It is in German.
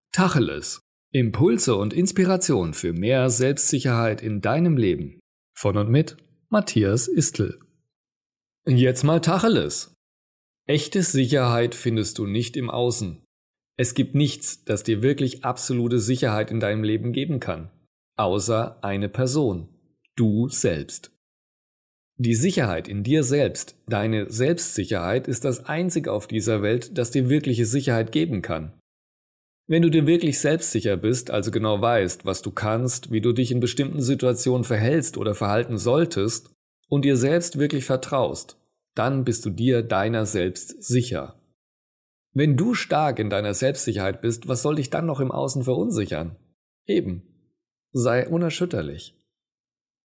Tacheles. Impulse und Inspiration für mehr Selbstsicherheit in deinem Leben. Von und mit Matthias Istl. Jetzt mal Tacheles. Echte Sicherheit findest du nicht im Außen. Es gibt nichts, das dir wirklich absolute Sicherheit in deinem Leben geben kann. Außer eine Person. Du selbst. Die Sicherheit in dir selbst, deine Selbstsicherheit, ist das Einzige auf dieser Welt, das dir wirkliche Sicherheit geben kann. Wenn du dir wirklich selbstsicher bist, also genau weißt, was du kannst, wie du dich in bestimmten Situationen verhältst oder verhalten solltest und dir selbst wirklich vertraust, dann bist du dir deiner selbst sicher. Wenn du stark in deiner Selbstsicherheit bist, was soll dich dann noch im Außen verunsichern? Eben, sei unerschütterlich.